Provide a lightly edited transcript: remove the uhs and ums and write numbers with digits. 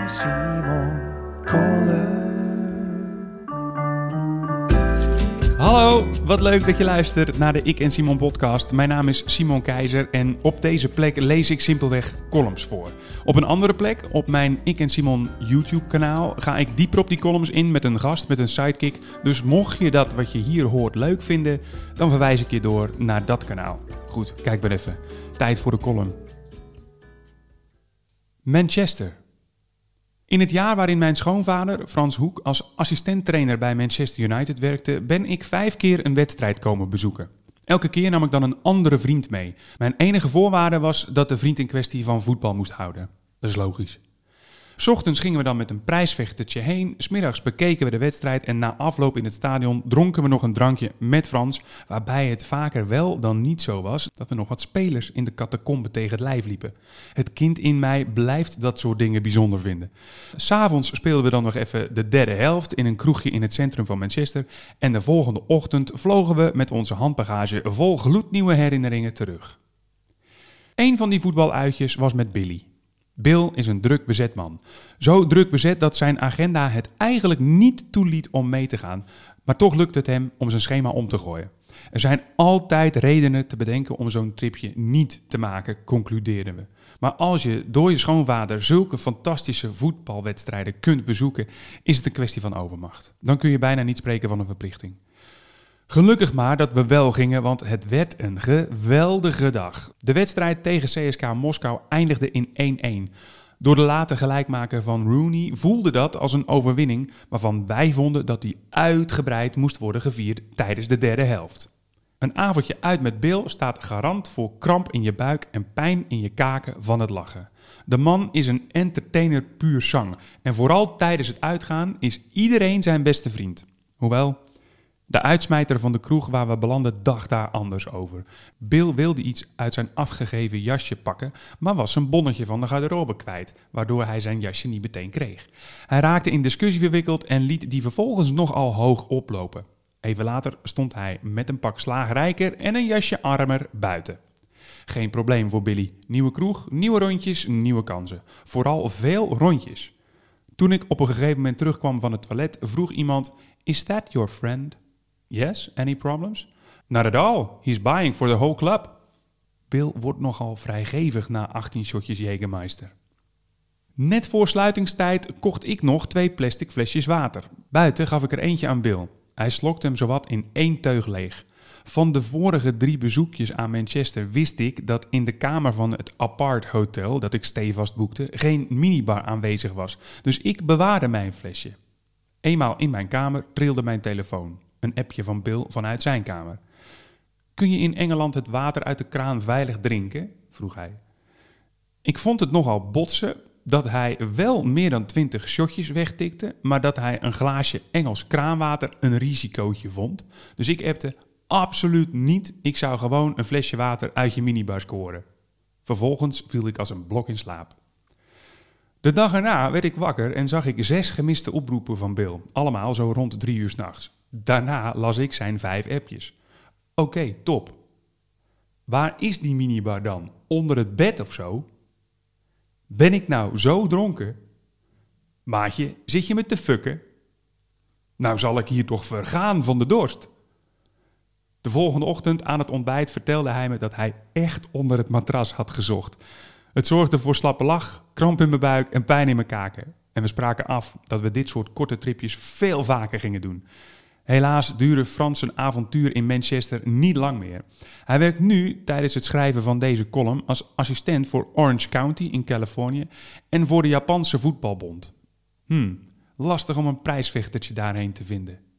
Simon Kolen. Hallo, wat leuk dat je luistert naar de Ik en Simon podcast. Mijn naam is Simon Keizer en op deze plek lees ik simpelweg columns voor. Op een andere plek, op mijn Ik en Simon YouTube kanaal, ga ik dieper op die columns in met een gast, met een sidekick. Dus mocht je dat wat je hier hoort leuk vinden, dan verwijs ik je door naar dat kanaal. Goed, kijk maar even. Tijd voor de column. Manchester. In het jaar waarin mijn schoonvader, Frans Hoek, als assistenttrainer bij Manchester United werkte, ben ik 5 keer een wedstrijd komen bezoeken. Elke keer nam ik dan een andere vriend mee. Mijn enige voorwaarde was dat de vriend in kwestie van voetbal moest houden. Dat is logisch. 's Ochtends gingen we dan met een prijsvechtertje heen, 's middags bekeken we de wedstrijd en na afloop in het stadion dronken we nog een drankje met Frans, waarbij het vaker wel dan niet zo was dat er nog wat spelers in de catacombe tegen het lijf liepen. Het kind in mij blijft dat soort dingen bijzonder vinden. 's Avonds speelden we dan nog even de derde helft in een kroegje in het centrum van Manchester en de volgende ochtend vlogen we met onze handbagage vol gloednieuwe herinneringen terug. Een van die voetbaluitjes was met Billy. Bill is een druk bezet man. Zo druk bezet dat zijn agenda het eigenlijk niet toeliet om mee te gaan. Maar toch lukt het hem om zijn schema om te gooien. Er zijn altijd redenen te bedenken om zo'n tripje niet te maken, concluderen we. Maar als je door je schoonvader zulke fantastische voetbalwedstrijden kunt bezoeken, is het een kwestie van overmacht. Dan kun je bijna niet spreken van een verplichting. Gelukkig maar dat we wel gingen, want het werd een geweldige dag. De wedstrijd tegen CSKA Moskou eindigde in 1-1. Door de late gelijkmaker van Rooney voelde dat als een overwinning, waarvan wij vonden dat die uitgebreid moest worden gevierd tijdens de derde helft. Een avondje uit met Bill staat garant voor kramp in je buik en pijn in je kaken van het lachen. De man is een entertainer puur sang en vooral tijdens het uitgaan is iedereen zijn beste vriend. Hoewel, de uitsmijter van de kroeg waar we belanden dacht daar anders over. Bill wilde iets uit zijn afgegeven jasje pakken, maar was zijn bonnetje van de garderobe kwijt, waardoor hij zijn jasje niet meteen kreeg. Hij raakte in discussie verwikkeld en liet die vervolgens nogal hoog oplopen. Even later stond hij met een pak slaag rijker en een jasje armer buiten. Geen probleem voor Billy. Nieuwe kroeg, nieuwe rondjes, nieuwe kansen. Vooral veel rondjes. Toen ik op een gegeven moment terugkwam van het toilet, vroeg iemand: "Is that your friend?" "Yes, any problems?" "Not at all, he's buying for the whole club." Bill wordt nogal vrijgevig na 18 shotjes Jägermeister. Net voor sluitingstijd kocht ik nog 2 plastic flesjes water. Buiten gaf ik er eentje aan Bill. Hij slokte hem zowat in 1 teug leeg. Van de vorige 3 bezoekjes aan Manchester wist ik dat in de kamer van het apart hotel dat ik stevast boekte geen minibar aanwezig was. Dus ik bewaarde mijn flesje. Eenmaal in mijn kamer trilde mijn telefoon. Een appje van Bill vanuit zijn kamer. "Kun je in Engeland het water uit de kraan veilig drinken?" vroeg hij. Ik vond het nogal botsen dat hij wel meer dan 20 shotjes wegtikte, maar dat hij een glaasje Engels kraanwater een risicootje vond. Dus ik appte: "Absoluut niet, ik zou gewoon een flesje water uit je minibar scoren." Vervolgens viel ik als een blok in slaap. De dag erna werd ik wakker en zag ik 6 gemiste oproepen van Bill. Allemaal zo rond 3 uur 's nachts. Daarna las ik zijn 5 appjes. Oké, top. Waar is die minibar dan? Onder het bed of zo? Ben ik nou zo dronken? Maatje, zit je me te fucken? Nou zal ik hier toch vergaan van de dorst. De volgende ochtend aan het ontbijt vertelde hij me dat hij echt onder het matras had gezocht. Het zorgde voor slappe lach, kramp in mijn buik en pijn in mijn kaken. En we spraken af dat we dit soort korte tripjes veel vaker gingen doen. Helaas duurde Frans zijn avontuur in Manchester niet lang meer. Hij werkt nu tijdens het schrijven van deze column als assistent voor Orange County in Californië en voor de Japanse voetbalbond. Lastig om een prijsvechtertje daarheen te vinden.